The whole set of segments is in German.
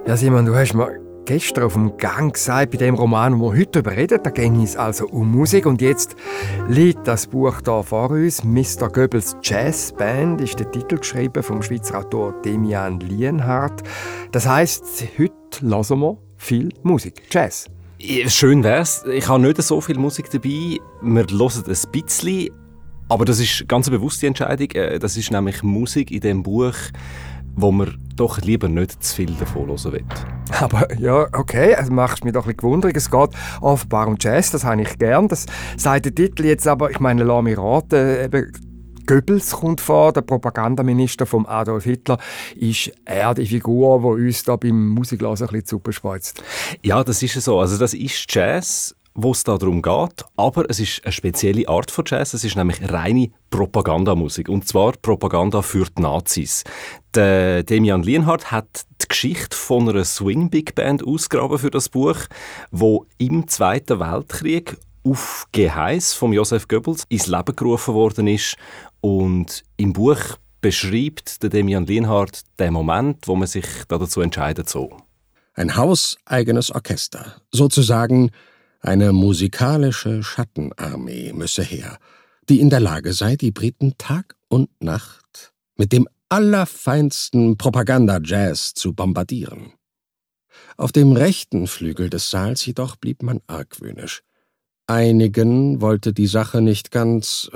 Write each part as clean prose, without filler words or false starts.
Ja, Simon, du hast mir gestern auf dem Gang gesagt, bei dem Roman, den wir heute darüber reden, da ging es also um Musik. Und jetzt liegt das Buch hier vor uns. Mr. Goebbels Jazz Band ist der Titel, geschrieben vom Schweizer Autor Demian Lienhardt. Das heisst, heute hören wir viel Musik, Jazz. Schön wär's. Ich habe nicht so viel Musik dabei. Wir hören ein bisschen. Aber das ist ganz eine bewusste Entscheidung. Das ist nämlich Musik in diesem Buch, wo man doch lieber nicht zu viel davon hören will. Aber ja, okay, also machst mich doch ein bisschen gewundert. Es geht offenbar um Jazz, das habe ich gern. Das sagt der Titel jetzt aber, ich meine, lass mich raten, eben Goebbels kommt vor, der Propagandaminister von Adolf Hitler. Ist er die Figur, die uns da beim Musiklassen ein bisschen die Suppe speuzt? Ja, das ist so. Also das ist Jazz, wo es darum geht, aber es ist eine spezielle Art von Jazz. Es ist nämlich reine Propagandamusik, und zwar Propaganda für die Nazis. Der Demian Lienhardt hat die Geschichte von einer Swing-Big-Band ausgegraben für das Buch, wo im Zweiten Weltkrieg auf Geheiss von Joseph Goebbels ins Leben gerufen worden ist. Und im Buch beschreibt der Demian Lienhardt den Moment, wo man sich dazu entscheidet, so. Ein hauseigenes Orchester, sozusagen eine musikalische Schattenarmee müsse her, die in der Lage sei, die Briten Tag und Nacht mit dem allerfeinsten Propaganda-Jazz zu bombardieren. Auf dem rechten Flügel des Saals jedoch blieb man argwöhnisch. Einigen wollte die Sache nicht ganz,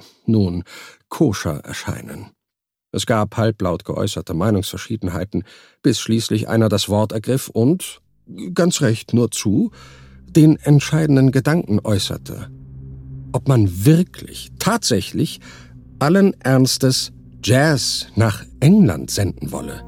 koscher erscheinen. Es gab halblaut geäußerte Meinungsverschiedenheiten, bis schließlich einer das Wort ergriff und, ganz recht nur zu, den entscheidenden Gedanken äußerte. Ob man wirklich, tatsächlich, allen Ernstes Jazz nach England senden wolle.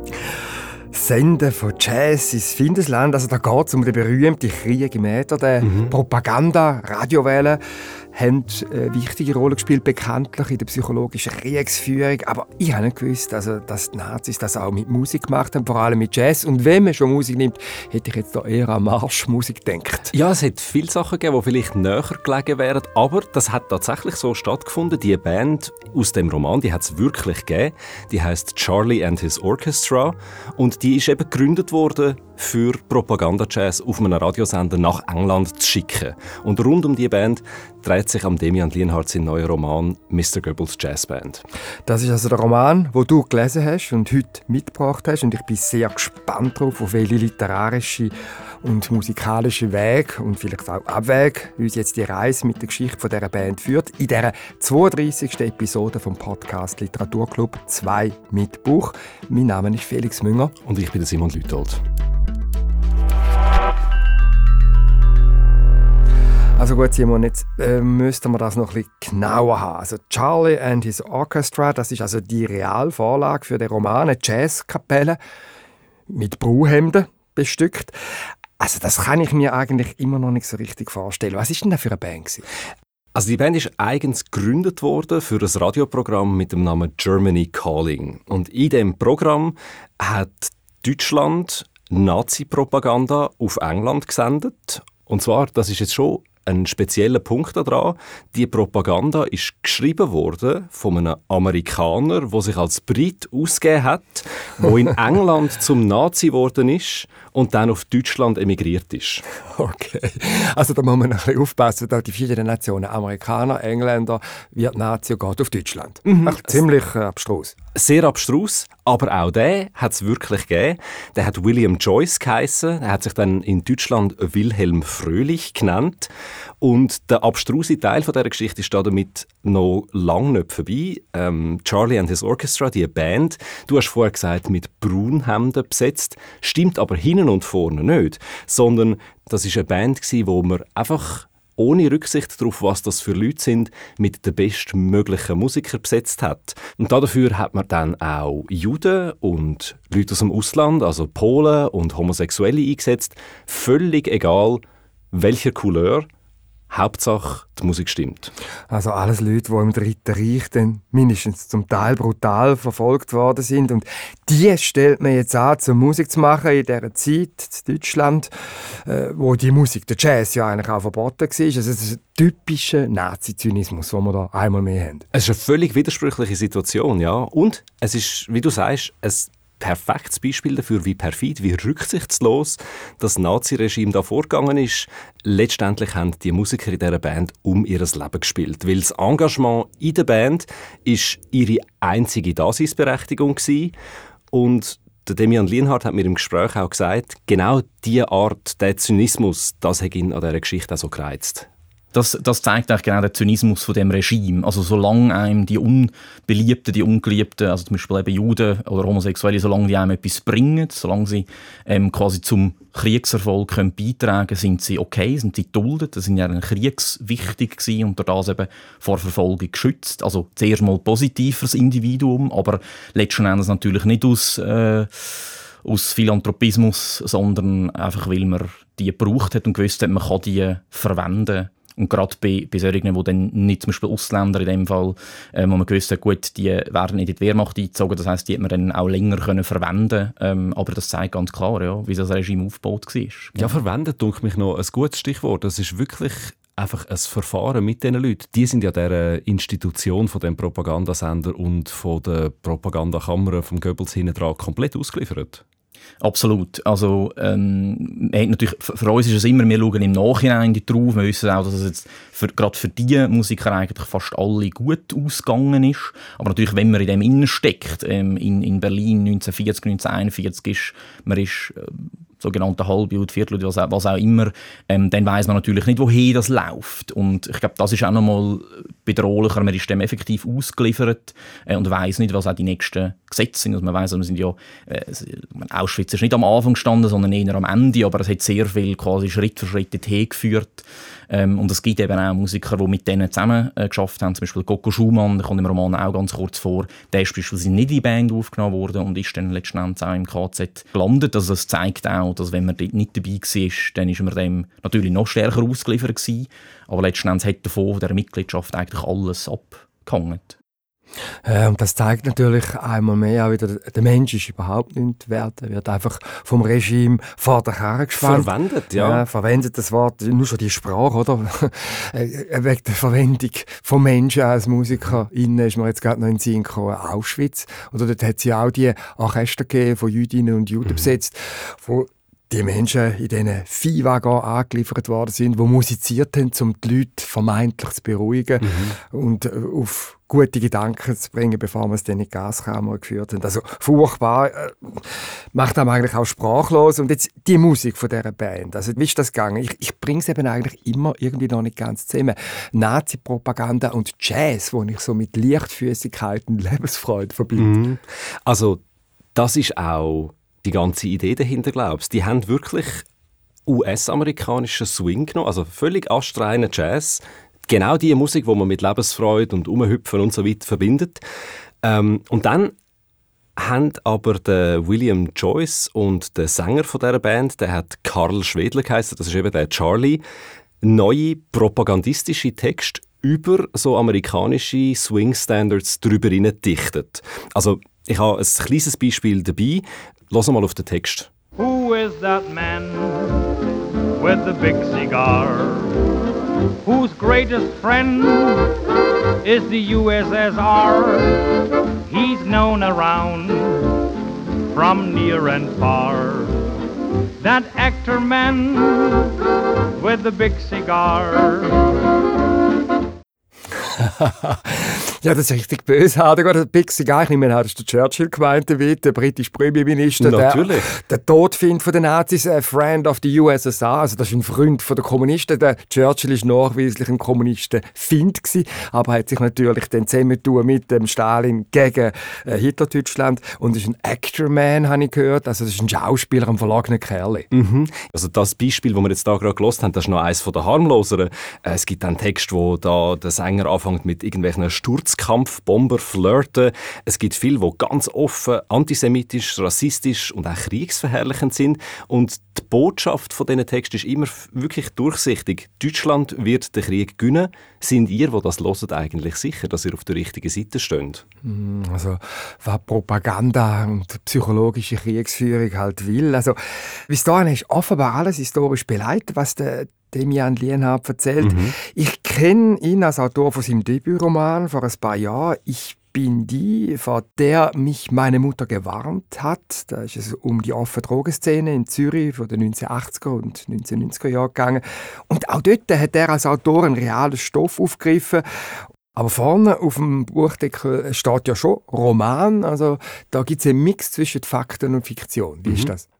Senden von Jazz ins Findesland, also da geht es um den berühmten Krieg im Äther, der Propaganda, Radiowellen haben eine wichtige Rolle gespielt, bekanntlich in der psychologischen Kriegsführung. Aber ich habe nicht gewusst, also, dass die Nazis das auch mit Musik gemacht haben, vor allem mit Jazz. Und wenn man schon Musik nimmt, hätte ich jetzt da eher an Marschmusik gedacht. Ja, es hat viele Sachen gegeben, die vielleicht näher gelegen wären, aber das hat tatsächlich so stattgefunden. Die Band aus dem Roman, die hat es wirklich gegeben. Die heisst Charlie and His Orchestra und die ist eben gegründet worden, für Propaganda-Jazz auf einem Radiosender nach England zu schicken. Und rund um die Band dreht sich am Demian Lienhardt sein neuer Roman «Mr. Goebbels Jazz Band». Das ist also der Roman, den du gelesen hast und heute mitgebracht hast. Und ich bin sehr gespannt darauf, auf welche literarische und musikalische Weg und vielleicht auch Abweg uns jetzt die Reise mit der Geschichte von dieser Band führt. In dieser 32. Episode vom Podcast Literaturclub 2 mit Buch. Mein Name ist Felix Münger. Und ich bin Simon Lütold. Also gut, Simon, jetzt müssten wir das noch ein bisschen genauer haben. Also Charlie and His Orchestra, das ist also die Realvorlage für den Roman, eine Jazzkapelle mit Brauhemden bestückt. Also das kann ich mir eigentlich immer noch nicht so richtig vorstellen. Was ist denn das für eine Band? Also die Band ist eigens gegründet worden für ein Radioprogramm mit dem Namen Germany Calling. Und in diesem Programm hat Deutschland Nazi-Propaganda auf England gesendet. Und zwar, das ist jetzt schon ein spezieller Punkt daran. Die Propaganda ist geschrieben worden von einem Amerikaner, der sich als Brit ausgegeben hat, der in England zum Nazi geworden ist und dann auf Deutschland emigriert ist. Okay, also da muss man ein bisschen aufpassen, da die verschiedenen Nationen, Amerikaner, Engländer, wird Nazi und geht auf Deutschland. Ziemlich abstrus. Sehr abstrus, aber auch den hat es wirklich gegeben. Der hat William Joyce geheissen. Er hat sich dann in Deutschland Wilhelm Fröhlich genannt. Und der abstruse Teil von dieser Geschichte ist damit noch lange nicht vorbei. Charlie and His Orchestra, die Band, du hast vorher gesagt, mit Braunhemden besetzt, stimmt aber hinten und vorne nicht, sondern das war eine Band, wo man einfach ohne Rücksicht darauf, was das für Leute sind, mit den bestmöglichen Musikern besetzt hat. Und dafür hat man dann auch Juden und Leute aus dem Ausland, also Polen und Homosexuelle eingesetzt. Völlig egal, welcher Couleur. Hauptsache, die Musik stimmt. Also alles Leute, die im Dritten Reich dann mindestens zum Teil brutal verfolgt worden sind. Und die stellt man jetzt an, zur Musik zu machen in dieser Zeit in Deutschland, wo die Musik, der Jazz, ja eigentlich auch verboten war. Also das ist ein typischer Nazi-Zynismus, den wir da einmal mehr haben. Es ist eine völlig widersprüchliche Situation, ja. Und es ist, wie du sagst, es perfektes Beispiel dafür, wie perfid, wie rücksichtslos das Naziregime da vorgegangen ist. Letztendlich haben die Musiker in dieser Band um ihr Leben gespielt, weil das Engagement in der Band ist ihre einzige Daseinsberechtigung gewesen. Und der Demian Lienhardt hat mir im Gespräch auch gesagt, genau diese Art, der Zynismus, das hat ihn an dieser Geschichte auch so gereizt. Das zeigt eigentlich genau den Zynismus von dem Regime. Also solange einem die Unbeliebten, die Ungeliebten, also zum Beispiel eben Juden oder Homosexuelle, solange die einem etwas bringen, solange sie quasi zum Kriegserfolg können beitragen, sind sie okay, sind sie geduldet. Das sind ja kriegswichtig gewesen und durch das eben vor Verfolgung geschützt. Also zuerst mal positiv fürs Individuum, aber letzten Endes natürlich nicht aus Philanthropismus, sondern einfach, weil man die gebraucht hat und gewusst hat, man kann die verwenden. Und gerade bei solchen, die dann nicht, zum Beispiel Ausländer in dem Fall, wo man gewusst hat, gut, die werden nicht in die Wehrmacht eingezogen, das heisst, die hat man dann auch länger verwenden können. Aber das zeigt ganz klar, ja, wie das Regime aufgebaut war. Ja, verwendet, denke mich noch ein gutes Stichwort. Das ist wirklich einfach ein Verfahren mit diesen Leuten. Die sind ja dieser Institution von dem Propagandasender und von der Propagandakammer vom Goebbels hinten dran komplett ausgeliefert. Absolut. Also, natürlich, für uns ist es immer, wir schauen im Nachhinein drauf. Wir wissen auch, dass es jetzt gerade für diese Musiker eigentlich fast alle gut ausgegangen ist. Aber natürlich, wenn man in dem innen steckt, in Berlin 1940, 1941 man ist sogenannte Halbjud, Vierteljud, was auch immer, dann weiss man natürlich nicht, wohin das läuft. Und ich glaube, das ist auch nochmal bedrohlicher. Man ist dem effektiv ausgeliefert und weiss nicht, was auch die nächsten Gesetze sind. Also man weiss, wir sind ja, Auschwitz ist nicht am Anfang gestanden, sondern eher am Ende, aber es hat sehr viel quasi Schritt für Schritt dorthin geführt. Und es gibt eben auch Musiker, die mit denen zusammen geschafft haben. Zum Beispiel Coco Schumann, der kommt im Roman auch ganz kurz vor. Der ist beispielsweise nicht in die Band aufgenommen worden und ist dann letztendlich auch im KZ gelandet. Also das zeigt auch, dass wenn man dort nicht dabei war, dann ist man dem natürlich noch stärker ausgeliefert gewesen. Aber letztendlich hat davon der Mitgliedschaft eigentlich alles abgehangen. Und das zeigt natürlich einmal mehr auch wieder, der Mensch ist überhaupt nicht wert. Er wird einfach vom Regime vor der Karre gespannt. Verwendet, ja. Verwendet das Wort, nur schon die Sprache, oder? Wegen der Verwendung von Menschen als Musiker. Innen ist mir jetzt gerade noch in den Sinn gekommen, Auschwitz. Oder dort hat es ja auch die Orchester gegeben, von Jüdinnen und Juden besetzt, wo die Menschen in diesen Viehwagen angeliefert worden sind, die musiziert haben, um die Leute vermeintlich zu beruhigen und auf gute Gedanken zu bringen, bevor wir es dann in die Gaskammer geführt haben. Also furchtbar, macht einem eigentlich auch sprachlos. Und jetzt die Musik von dieser Band, also wie ist das gegangen? Ich bringe es eben eigentlich immer irgendwie noch nicht ganz zusammen. Nazi-Propaganda und Jazz, wo ich so mit Leichtfüßigkeit und Lebensfreude verbinde. Also das ist auch die ganze Idee dahinter, glaubst du? Die haben wirklich US-amerikanischen Swing genommen, also völlig astreinen Jazz. Genau die Musik, die man mit Lebensfreude und Umhüpfen und so weiter verbindet. Und dann haben aber der William Joyce und der Sänger von dieser Band, der hat Karl Schwedler geheißen, das ist eben der Charlie, neue propagandistische Texte über so amerikanische Swing-Standards drüber dichtet. Also ich habe ein kleines Beispiel dabei. Lass mal auf den Text. Who is that man with the big cigar? Whose greatest friend is the USSR? He's known around from near and far. That actor man with the big cigar. Ja, das ist richtig bösartig. Der Big Cigar, ich nehme an, das ist der Churchill gemeint, der britische Premierminister. Natürlich. Der Todfind von den Nazis, a friend of the USSR, also das ist ein Freund von den Kommunisten. Der Churchill war nachweislich ein Kommunistenfind gewesen, aber hat sich natürlich dann zusammengetan mit dem Stalin gegen Hitler-Deutschland und ist ein Actor-Man, habe ich gehört. Also das ist ein Schauspieler, ein verlagener Kerl. Also das Beispiel, das wir jetzt da gerade gehört haben, das ist noch eines der harmloseren. Es gibt einen Text, wo da der Sänger anfängt mit irgendwelchen Sturzkampfbomber flirten. Es gibt viele, die ganz offen antisemitisch, rassistisch und auch kriegsverherrlichend sind. Und die Botschaft von diesen Texten ist immer wirklich durchsichtig. Deutschland wird den Krieg gewinnen. Sind ihr, die das hören, eigentlich sicher, dass ihr auf der richtigen Seite steht? Also, was Propaganda und psychologische Kriegsführung halt will. Also, bis dahin ist offenbar alles historisch beleidigt, was der Demian Lienhardt erzählt. Ich kenne ihn als Autor von seinem Debütroman vor ein paar Jahren. Ich bin die, vor der mich meine Mutter gewarnt hat. Da ist es um die offene Drogenszene in Zürich von den 1980er und 1990er Jahren gegangen. Und auch dort hat er als Autor einen realen Stoff aufgegriffen. Aber vorne auf dem Buchdeckel steht ja schon Roman. Also da gibt es einen Mix zwischen Fakten und Fiktion. Wie ist das?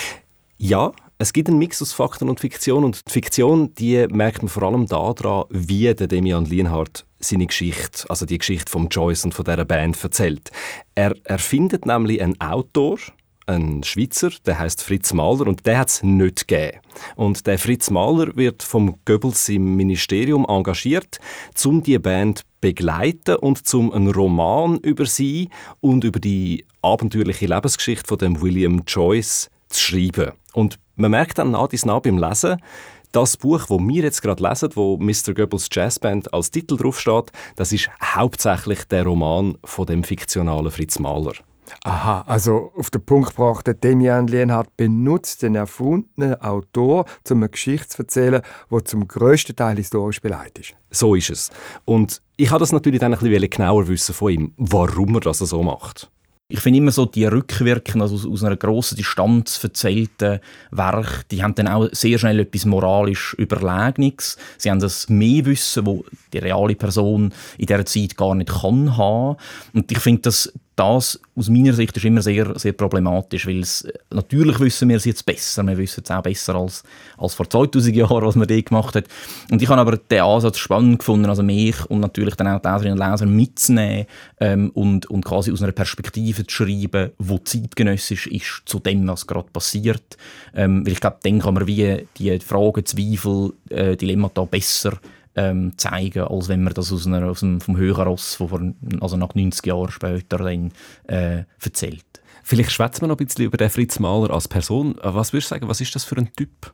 Ja, es gibt einen Mix aus Fakten und Fiktion. Und die Fiktion, die merkt man vor allem daran, wie der Demian Lienhardt seine Geschichte, also die Geschichte von Joyce und von dieser Band erzählt. Er findet nämlich einen Autor, einen Schweizer, der heißt Fritz Mahler, und der hat es nicht gegeben. Und der Fritz Mahler wird vom Goebbels im Ministerium engagiert, um die Band zu begleiten und um einen Roman über sie und über die abenteuerliche Lebensgeschichte von dem William Joyce zu schreiben. Und man merkt dann nach beim Lesen, das Buch, das wir jetzt gerade lesen, wo Mr. Goebbels Jazzband als Titel draufsteht, das ist hauptsächlich der Roman von dem fiktionalen Fritz Mahler. Aha, also auf den Punkt gebracht, der Demian Lienhardt benutzt den erfundenen Autor, um eine Geschichte zu erzählen, die zum grössten Teil historisch beleidigt ist. So ist es. Und ich wollte das natürlich dann ein bisschen genauer wissen von ihm, warum er das so macht. Ich finde immer so, die rückwirkend, also aus einer grossen Distanz erzählten Werke, die haben dann auch sehr schnell etwas moralisch Überlegenes. Sie haben das Mehrwissen, das die reale Person in dieser Zeit gar nicht kann haben. Und ich finde, das aus meiner Sicht ist immer sehr, sehr problematisch, weil natürlich wissen wir es jetzt besser. Wir wissen es auch besser als vor 2000 Jahren, was man da gemacht hat. Und ich habe aber den Ansatz spannend gefunden, also mich und natürlich dann auch die Leserinnen und Leser mitzunehmen und quasi aus einer Perspektive zu schreiben, die zeitgenössisch ist zu dem, was gerade passiert. Weil ich glaube, dann kann man wie die Fragen, Zweifel, Dilemmata besser zeigen, als wenn man das vom höheren Ross, also nach 90 Jahren später dann, erzählt. Vielleicht schwätzen wir noch ein bisschen über den Fritz Mahler als Person. Was würdest du sagen, was ist das für ein Typ?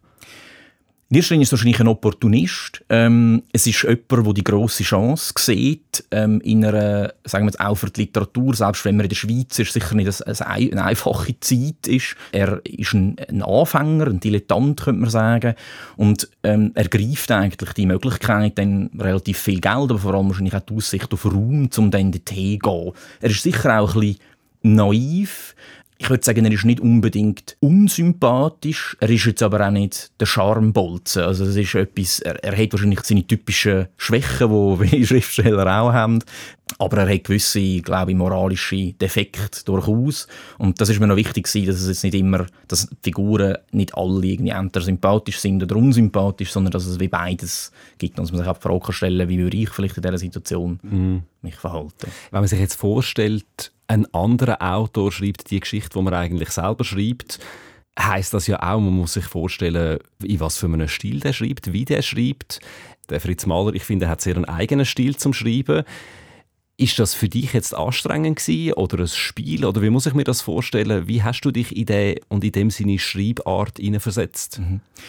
In erster Linie ist es wahrscheinlich ein Opportunist. Es ist jemand, der die grosse Chance sieht, in einer, sagen wir jetzt auch für die Literatur, selbst wenn man in der Schweiz ist, sicher nicht eine einfache Zeit ist. Er ist ein Anfänger, ein Dilettant, könnte man sagen. Und er greift eigentlich die Möglichkeit, dann relativ viel Geld, aber vor allem wahrscheinlich auch die Aussicht auf Raum, um dann dorthin zu gehen. Er ist sicher auch ein bisschen naiv. Ich würde sagen, er ist nicht unbedingt unsympathisch, er ist jetzt aber auch nicht der Charmebolzen. Also es ist etwas, er hat wahrscheinlich seine typischen Schwächen, die Schriftsteller auch haben, aber er hat gewisse, glaube ich, moralische Defekte durchaus. Und das ist mir noch wichtig gewesen, dass es jetzt nicht immer, dass die Figuren nicht alle irgendwie entweder sympathisch sind oder unsympathisch, sondern dass es wie beides gibt und dass man sich auch die Frage stellen, wie würde ich vielleicht in dieser Situation mich verhalten. Wenn man sich jetzt vorstellt, ein anderer Autor schreibt die Geschichte, die man eigentlich selber schreibt, heisst das ja auch, man muss sich vorstellen, in was für einem Stil der schreibt, wie der schreibt. Der Fritz Mahler, ich finde, er hat sehr einen eigenen Stil zum Schreiben. Ist das für dich jetzt anstrengend gewesen, oder ein Spiel? Oder wie muss ich mir das vorstellen? Wie hast du dich in dem Sinne Schreibart hineinversetzt?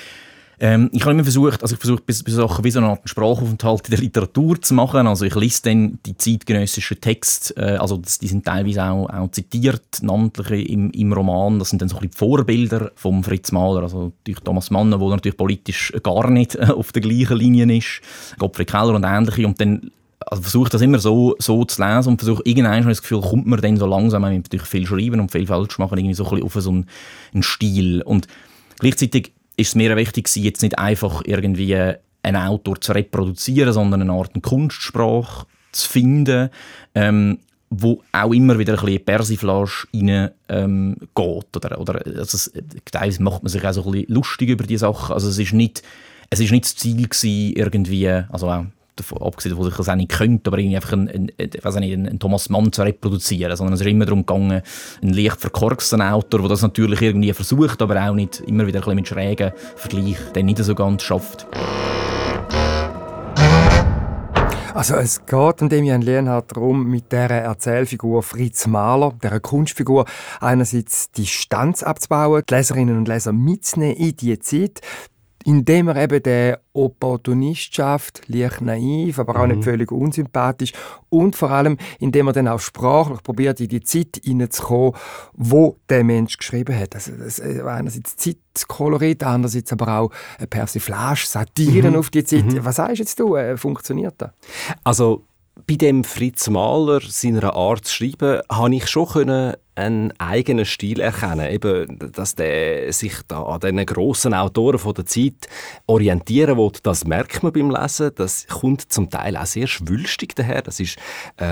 Ich habe immer versucht, bei Sachen wie so eine Art Sprachaufenthalt in der Literatur zu machen. Also ich lese dann die zeitgenössischen Texte, also die sind teilweise auch zitiert, namentlich im Roman. Das sind dann so ein bisschen die Vorbilder vom Fritz Mahler, also durch Thomas Mann, der natürlich politisch gar nicht auf der gleichen Linie ist, Gottfried Keller und ähnliche. Und dann versuche das immer so zu lesen und versuche irgendwann schon das Gefühl, kommt man dann so langsam, wenn wir natürlich viel schreiben und viel falsch machen, irgendwie so ein bisschen auf so einen Stil. Und gleichzeitig ist es mir wichtig, jetzt nicht einfach irgendwie einen Autor zu reproduzieren, sondern eine Art Kunstsprache zu finden, wo auch immer wieder ein bisschen Persiflage reingeht. Teilweise macht man sich auch so ein bisschen lustig über die Sachen. Also es ist nicht das Ziel gewesen, irgendwie, also auch abgesehen davon, dass ich das auch nicht könnte, aber irgendwie einfach einen Thomas Mann zu reproduzieren, sondern es ist immer darum gegangen, einen leicht verkorksten Autor, der das natürlich irgendwie versucht, aber auch nicht immer wieder ein bisschen mit schrägen Vergleich, den nicht so ganz schafft. Also es geht Demian Lienhardt darum, mit dieser Erzählfigur Fritz Mahler, dieser Kunstfigur, einerseits die Distanz abzubauen, die Leserinnen und Leser mitzunehmen in diese Zeit, indem er eben den Opportunist schafft, leicht naiv, aber auch nicht völlig unsympathisch, und vor allem, indem er dann auch sprachlich probiert, in die Zeit hineinzukommen, wo der Mensch geschrieben hat. Also das einerseits Zeitkolorit, andererseits aber auch Persiflage, Satiren auf die Zeit. Was sagst jetzt du? Funktioniert das? Also Bei dem Fritz Mahler, seiner Art zu schreiben, habe ich schon einen eigenen Stil erkennen. Eben, dass der sich da an diesen grossen Autoren von der Zeit orientieren will, das merkt man beim Lesen. Das kommt zum Teil auch sehr schwülstig daher. Das ist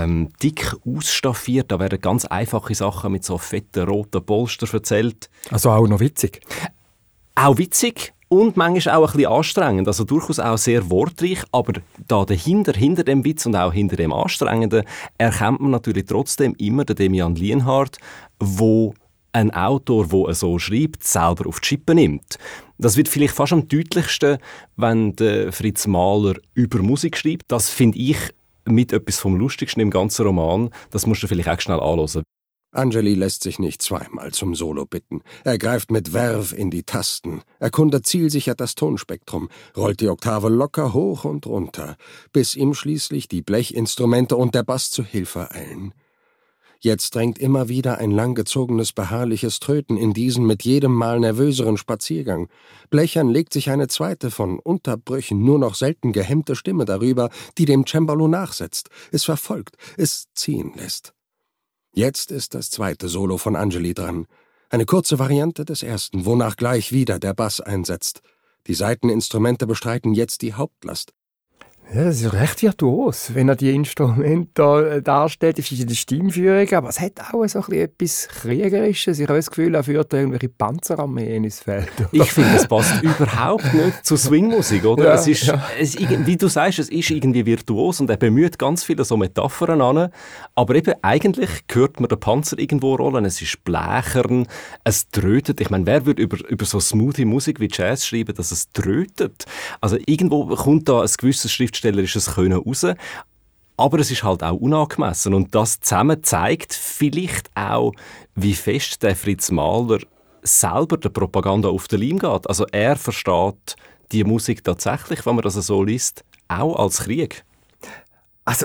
dick ausstaffiert. Da werden ganz einfache Sachen mit so fetten roten Polster erzählt. Also auch noch witzig? Auch witzig. Und manchmal auch ein bisschen anstrengend, also durchaus auch sehr wortreich, aber da hinter dem Witz und auch hinter dem Anstrengenden erkennt man natürlich trotzdem immer den Demian Lienhard, wo ein Autor, der so schreibt, selber auf die Schippe nimmt. Das wird vielleicht fast am deutlichsten, wenn der Fritz Mahler über Musik schreibt. Das finde ich mit etwas vom Lustigsten im ganzen Roman. Das musst du vielleicht auch schnell anhören. Anjali lässt sich nicht zweimal zum Solo bitten. Er greift mit Verve in die Tasten, erkundet zielsicher das Tonspektrum, rollt die Oktave locker hoch und runter, bis ihm schließlich die Blechinstrumente und der Bass zu Hilfe eilen. Jetzt drängt immer wieder ein langgezogenes, beharrliches Tröten in diesen mit jedem Mal nervöseren Spaziergang. Blechern legt sich eine zweite, von Unterbrüchen nur noch selten gehemmte Stimme darüber, die dem Cembalo nachsetzt, es verfolgt, es ziehen lässt. Jetzt ist das zweite Solo von Anjali dran. Eine kurze Variante des ersten, wonach gleich wieder der Bass einsetzt. Die Saiteninstrumente bestreiten jetzt die Hauptlast. Ja, das ist recht virtuos, wenn er die Instrumente darstellt. Das ist in der Stimmführung, aber es hat auch so etwas Kriegerisches. Ich habe das Gefühl, er führt irgendwelche Panzerarmeen ins Feld. Ich finde, es passt überhaupt nicht zur Swingmusik, oder? Ja, es ist, wie du sagst, es ist irgendwie virtuos und er bemüht ganz viele so Metaphern an. Aber eben, eigentlich hört man den Panzer irgendwo rollen. Es ist blechern, es trötet. Ich meine, wer würde über so smoothie Musik wie Jazz schreiben, dass es trötet? Also irgendwo kommt da ein gewisses schriftstellerisches Können raus. Aber es ist halt auch unangemessen. Und das zusammen zeigt vielleicht auch, wie fest der Fritz Mahler selber der Propaganda auf den Leim geht. Also er versteht die Musik tatsächlich, wenn man das so liest, auch als Krieg. Also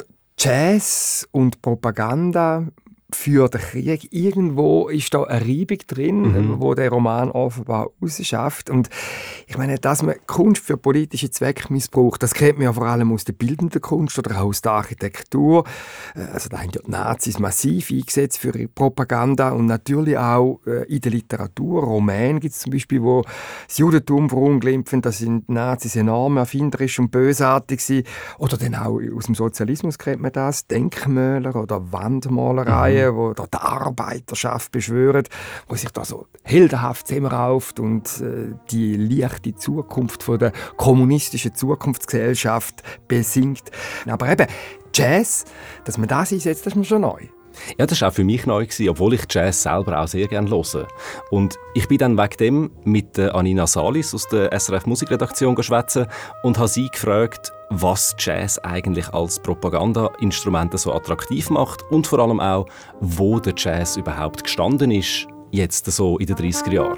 Jazz und Propaganda für den Krieg, irgendwo ist da eine Reibung drin, wo der Roman offenbar rausschafft. Und ich meine, dass man Kunst für politische Zwecke missbraucht, das kennt man ja vor allem aus der bildenden Kunst oder auch aus der Architektur. Also da haben ja die Nazis massiv eingesetzt für ihre Propaganda und natürlich auch in der Literatur. Romane gibt es zum Beispiel, wo das Judentum verunglimpfen, da sind die Nazis enorm erfinderisch und bösartig gewesen. Oder dann auch aus dem Sozialismus kennt man das, Denkmäler oder Wandmalereien, wo da die Arbeiterschaft beschwören, wo sich da so heldenhaft zusammenrauft und die leichte Zukunft von der kommunistischen Zukunftsgesellschaft besingt. Aber eben, Jazz, dass man das einsetzt, das ist mir schon neu. Ja, das war auch für mich neu, obwohl ich Jazz selber auch sehr gerne höre. Und ich bin dann wegen dem mit Anina Salis aus der SRF Musikredaktion geschwätzt und habe sie gefragt, was Jazz eigentlich als Propagandainstrument so attraktiv macht und vor allem auch, wo der Jazz überhaupt gestanden ist, jetzt so in den 30er Jahren.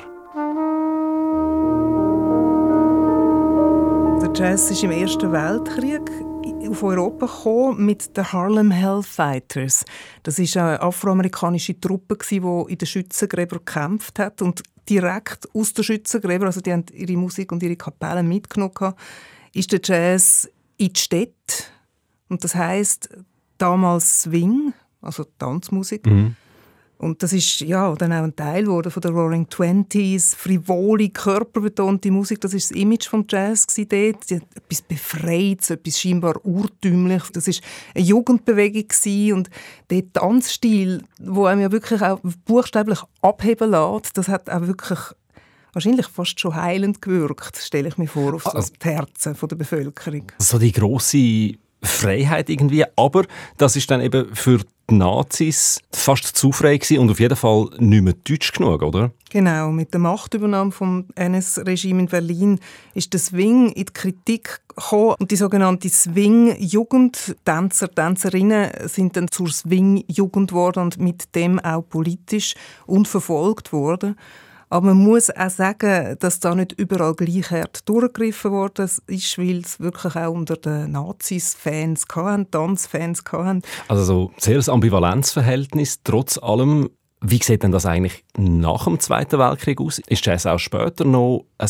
Der Jazz ist im Ersten Weltkrieg auf Europa gekommen mit den Harlem Hellfighters. Das war eine afroamerikanische Truppe, die in den Schützengräbern gekämpft hat. Und direkt aus den Schützengräbern, also die haben ihre Musik und ihre Kapellen mitgenommen, ist der Jazz in die Städte. Und das heisst damals Swing, also Tanzmusik. Und das ist ja dann auch ein Teil geworden von der Roaring Twenties, frivole, körperbetonte Musik. Das war das Image vom Jazz dort. Etwas Befreites, etwas scheinbar Urtümliches. Das war eine Jugendbewegung und der Tanzstil, der einem ja wirklich auch buchstäblich abheben lässt, das hat auch wirklich wahrscheinlich fast schon heilend gewirkt, stelle ich mir vor, auf so die Herzen der Bevölkerung. So die grosse Freiheit irgendwie, aber das ist dann eben für die Nazis fast zu frei gewesen und auf jeden Fall nicht mehr deutsch genug, oder? Genau, mit der Machtübernahme vom NS-Regime in Berlin ist der Swing in die Kritik gekommen und die sogenannte Swing-Jugend, Tänzer, Tänzerinnen sind dann zur Swing-Jugend geworden und mit dem auch politisch und verfolgt worden. Aber man muss auch sagen, dass da nicht überall gleich hart durchgegriffen worden ist, weil es wirklich auch unter den Nazis Fans hatten, Tanzfans hatten. Also so sehr ein Ambivalenzverhältnis. Trotz allem, wie sieht denn das eigentlich nach dem Zweiten Weltkrieg aus? Ist Jazz auch später noch ein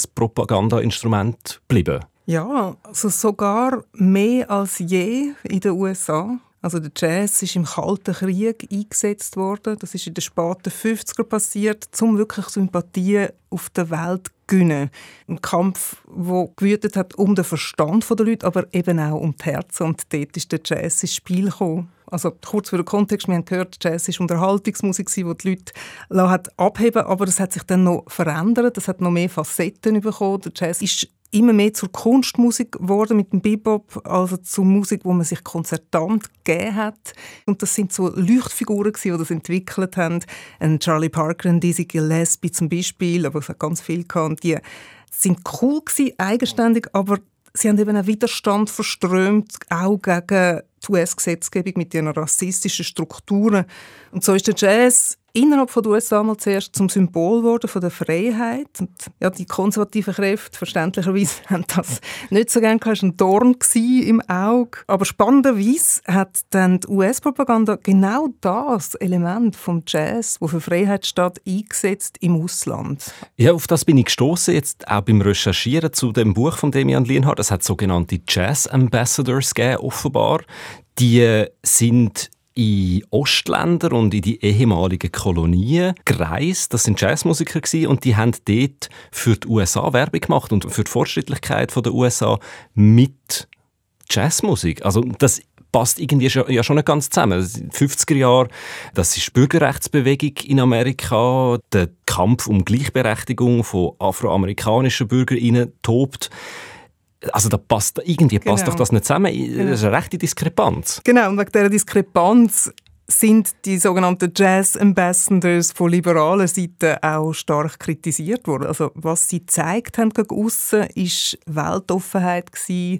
Propagandainstrument geblieben? Ja, also sogar mehr als je in den USA. Also der Jazz ist im Kalten Krieg eingesetzt worden. Das ist in den späten 50er passiert, um wirklich Sympathien auf der Welt zu gewinnen. Ein Kampf, der gewütet hat um den Verstand der Leute, aber eben auch um die Herzen. Und dort ist der Jazz ins Spiel gekommen. Also kurz für den Kontext, wir haben gehört, Jazz war Unterhaltungsmusik, die die Leute hat abheben, aber das hat sich dann noch verändert, es hat noch mehr Facetten bekommen. Der Jazz ist immer mehr zur Kunstmusik geworden mit dem Bebop, also zur Musik, wo man sich konzertant gegeben hat. Und das sind so Leuchtfiguren, die das entwickelt haben. Ein Charlie Parker, ein Dizzy Gillespie zum Beispiel, aber es hat ganz viel gehabt. Die sind cool gewesen, eigenständig, aber sie haben eben einen Widerstand verströmt, auch gegen die US-Gesetzgebung mit ihren rassistischen Strukturen. Und so ist der Jazz innerhalb von den USA mal zuerst zum Symbol geworden von der Freiheit. Und ja, die konservativen Kräfte, verständlicherweise, haben das nicht so gerne gehabt. Es war ein Dorn im Auge. Aber spannenderweise hat dann die US-Propaganda genau das Element vom Jazz, das für Freiheit steht, eingesetzt im Ausland. Ja, auf das bin ich gestoßen jetzt auch beim Recherchieren zu dem Buch von Demian Lienhardt. Es hat sogenannte Jazz Ambassadors gegeben, offenbar. Die sind in Ostländer und in die ehemaligen Kolonien gereist. Das sind Jazzmusiker gewesen, und die haben dort für die USA Werbung gemacht und für die Fortschrittlichkeit der USA mit Jazzmusik. Also das passt irgendwie ja schon nicht ganz zusammen. In den 50er Jahren, das ist die Bürgerrechtsbewegung in Amerika, der Kampf um Gleichberechtigung von afroamerikanischen BürgerInnen tobt. Also passt doch das nicht zusammen. Das ist eine rechte Diskrepanz. Genau, und wegen dieser Diskrepanz sind die sogenannten Jazz Ambassadors von liberaler Seite auch stark kritisiert worden. Also was sie gezeigt haben gegen aussen, ist Weltoffenheit gewesen,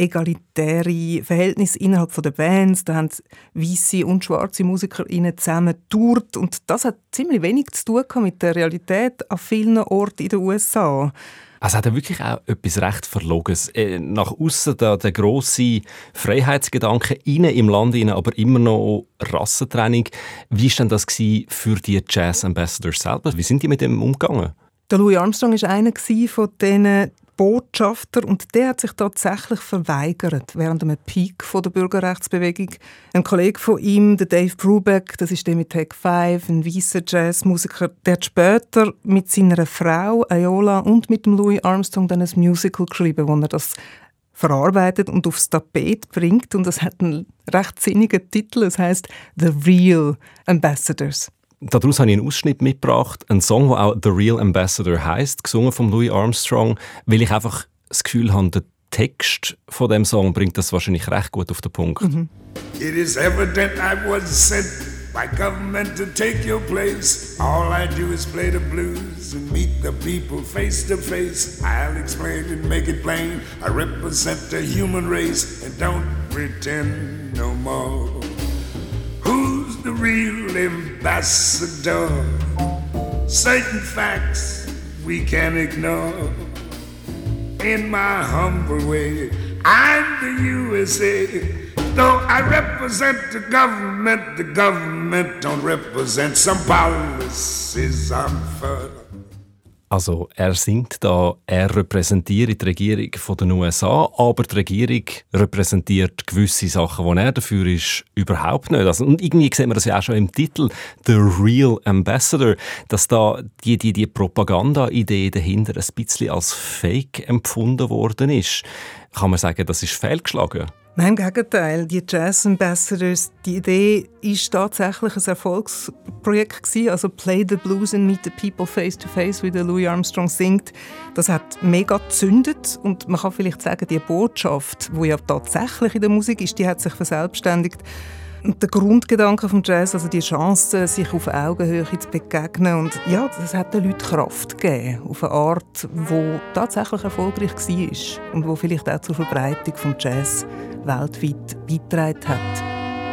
egalitäre Verhältnisse innerhalb der Bands. Da haben weisse und schwarze MusikerInnen zusammen getourt, und das hat ziemlich wenig zu tun mit der Realität an vielen Orten in den USA. Also hat er wirklich auch etwas recht Verlogenes. Nach aussen der grosse Freiheitsgedanke, innen im Land, aber immer noch Rassentrennung. Wie war denn das für die Jazz Ambassadors selber? Wie sind die mit dem umgegangen? Der Louis Armstrong war einer von diesen Botschafter, und der hat sich tatsächlich verweigert während einem Peak der Bürgerrechtsbewegung. Ein Kollege von ihm, der Dave Brubeck, das ist der mit Take 5, ein weißer Jazzmusiker, der hat später mit seiner Frau Ayola und mit dem Louis Armstrong dann ein Musical geschrieben, wo er das verarbeitet und aufs Tapet bringt, und das hat einen recht sinnigen Titel, es heisst «The Real Ambassadors». Daraus habe ich einen Ausschnitt mitgebracht, einen Song, der auch «The Real Ambassador» heisst, gesungen von Louis Armstrong, weil ich einfach das Gefühl habe, der Text von dem Song bringt das wahrscheinlich recht gut auf den Punkt. It is evident I was sent by government to take your place. All I do is play the blues and meet the people face to face. I'll explain and make it plain. I represent the human race and don't pretend no more. Who's the real ambassador? Certain facts we can't ignore. In my humble way, I'm the USA. Though I represent the government don't represent some policies I'm for. Also er singt da, er repräsentiert die Regierung der USA, aber die Regierung repräsentiert gewisse Sachen, wo er dafür ist, überhaupt nicht. Also, und irgendwie sieht man das ja auch schon im Titel, «The Real Ambassador», dass da die Propaganda-Idee dahinter ein bisschen als Fake empfunden worden ist. Kann man sagen, das ist fehlgeschlagen? Nein, im Gegenteil. Die Jazz Ambassadors, die Idee ist tatsächlich ein Erfolgsprojekt gewesen. Also «Play the Blues and Meet the People Face to Face», wie der Louis Armstrong singt. Das hat mega gezündet, und man kann vielleicht sagen, die Botschaft, die ja tatsächlich in der Musik ist, die hat sich verselbstständigt. Und der Grundgedanke vom Jazz, also die Chance, sich auf Augenhöhe zu begegnen, und ja, das hat den Leuten Kraft gegeben, auf eine Art, die tatsächlich erfolgreich war und die vielleicht auch zur Verbreitung vom Jazz weltweit beigetragen hat.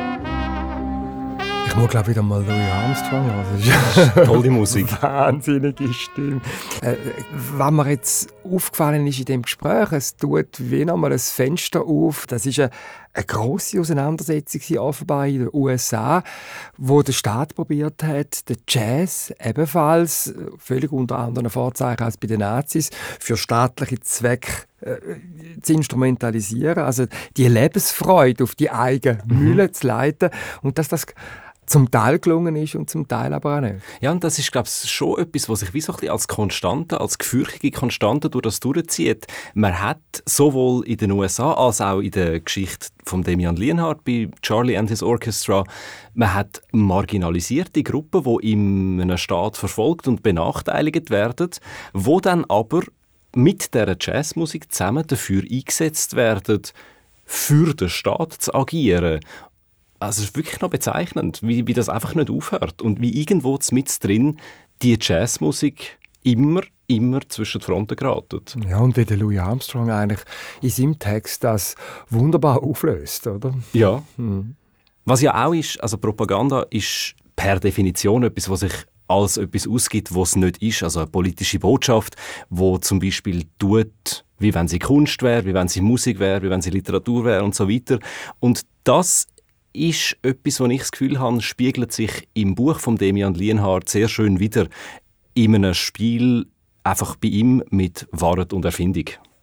Ich muss, glaube ich, wieder mal Louis Armstrong hören. Tolle Musik. Wahnsinnige Stimme. Was mir jetzt aufgefallen ist in dem Gespräch, es tut wie nochmal ein Fenster auf. Das ist eine grosse Auseinandersetzung offenbar in den USA, wo der Staat probiert hat, den Jazz ebenfalls, völlig unter anderen Vorzeichen als bei den Nazis, für staatliche Zwecke zu instrumentalisieren, also die Lebensfreude auf die eigene Mühle zu leiten und dass das zum Teil gelungen ist und zum Teil aber auch nicht. Ja, und das ist, glaube ich, schon etwas, was sich wie so ein bisschen als Konstante, als gefürchtige Konstante durch das durchzieht. Man hat sowohl in den USA als auch in der Geschichte von Damian Lienhardt bei Charlie and his Orchestra, man hat marginalisierte Gruppen, die in einem Staat verfolgt und benachteiligt werden, die dann aber mit dieser Jazzmusik zusammen dafür eingesetzt werden, für den Staat zu agieren. Also es ist wirklich noch bezeichnend, wie das einfach nicht aufhört und wie irgendwo mit drin die Jazzmusik immer zwischen die Fronten geratet. Ja, und wie der Louis Armstrong eigentlich in seinem Text das wunderbar auflöst, oder? Ja. Was ja auch ist, also Propaganda ist per Definition etwas, was sich als etwas ausgibt, was es nicht ist. Also eine politische Botschaft, die zum Beispiel tut, wie wenn sie Kunst wäre, wie wenn sie Musik wäre, wie wenn sie Literatur wäre und so weiter. Und das ist etwas, was ich das Gefühl habe, spiegelt sich im Buch von Damian Lienhardt sehr schön wider in einem Spiel einfach bei ihm mit Wahrheit und Erfindung.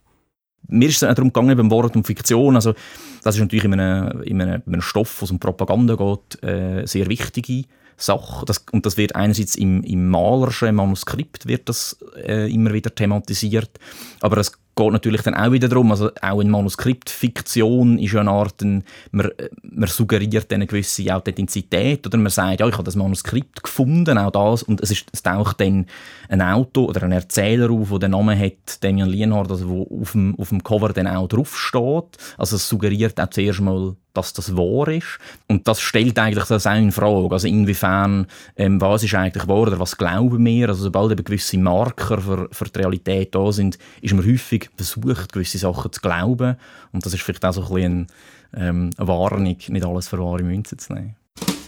Mir ist es darum gegangen, beim Wort und Fiktion. Also, das ist natürlich in einem Stoff, wo es um Propaganda geht, sehr wichtige Sache. Und das wird einerseits im malerischen Manuskript wird das immer wieder thematisiert, aber es geht natürlich dann auch wieder darum, also auch in Manuskriptfiktion ist ja eine Art, man suggeriert eine gewisse Authentizität oder man sagt, ja, ich habe das Manuskript gefunden, auch das, und es taucht dann ein Autor oder ein Erzähler auf, der den Namen hat, Damian Lienhardt, also wo auf dem Cover dann auch draufsteht. Also es suggeriert auch zuerst mal, dass das wahr ist. Und das stellt eigentlich das auch in Frage. Also inwiefern, was ist eigentlich wahr oder was glauben wir? Also sobald eben gewisse Marker für die Realität da sind, ist man häufig versucht, gewisse Sachen zu glauben. Und das ist vielleicht auch so ein bisschen eine Warnung, nicht alles für wahre Münze zu nehmen.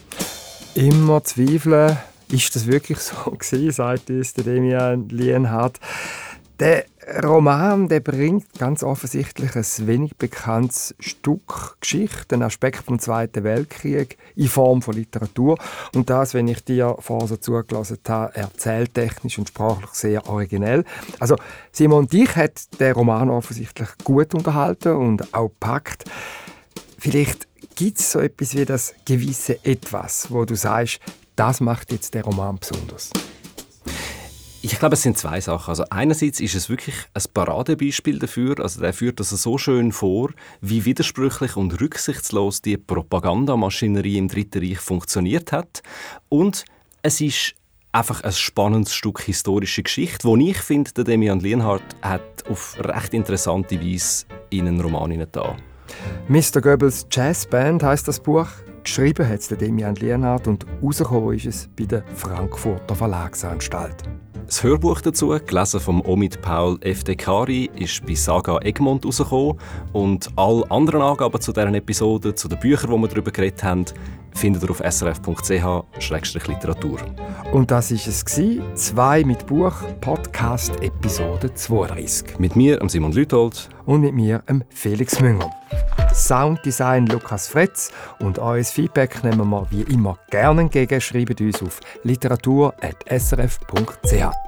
Immer zweifeln, ist das wirklich so gewesen, sagt uns der Damian Lienhardt. Der Roman, der bringt ganz offensichtlich ein wenig bekanntes Stück Geschichte, einen Aspekt vom Zweiten Weltkrieg in Form von Literatur. Und das, wenn ich dir vorher so zugelassen habe, erzähltechnisch und sprachlich sehr originell. Also Simon, dich hat der Roman offensichtlich gut unterhalten und auch gepackt. Vielleicht gibt es so etwas wie das gewisse Etwas, wo du sagst, das macht jetzt der Roman besonders. Ich glaube, es sind zwei Sachen. Also einerseits ist es wirklich ein Paradebeispiel dafür, also der führt das so schön vor, wie widersprüchlich und rücksichtslos die Propagandamaschinerie im Dritten Reich funktioniert hat. Und es ist einfach ein spannendes Stück historische Geschichte, das ich finde, der Damian Lienhardt hat auf recht interessante Weise in einen Roman hineingetan. Mr. Goebbels Jazzband heisst das Buch. Geschrieben hat es der Damian Lienhardt und rausgekommen ist es bei der Frankfurter Verlagsanstalt. Das Hörbuch dazu, gelesen vom Omid Paul FDKari, ist bei Saga Egmont rausgekommen. Und alle anderen Angaben zu dieser Episode, zu den Büchern, die wir darüber geredet haben, findet ihr auf srf.ch/literatur. Und das war es, 2 mit Buch, Podcast Episode 32. Mit mir, Simon Lüthold. Und mit mir, Felix Münger. Sounddesign Lukas Fretz und euer Feedback nehmen wir wie immer gerne entgegen. Schreibt uns auf literatur@srf.ch.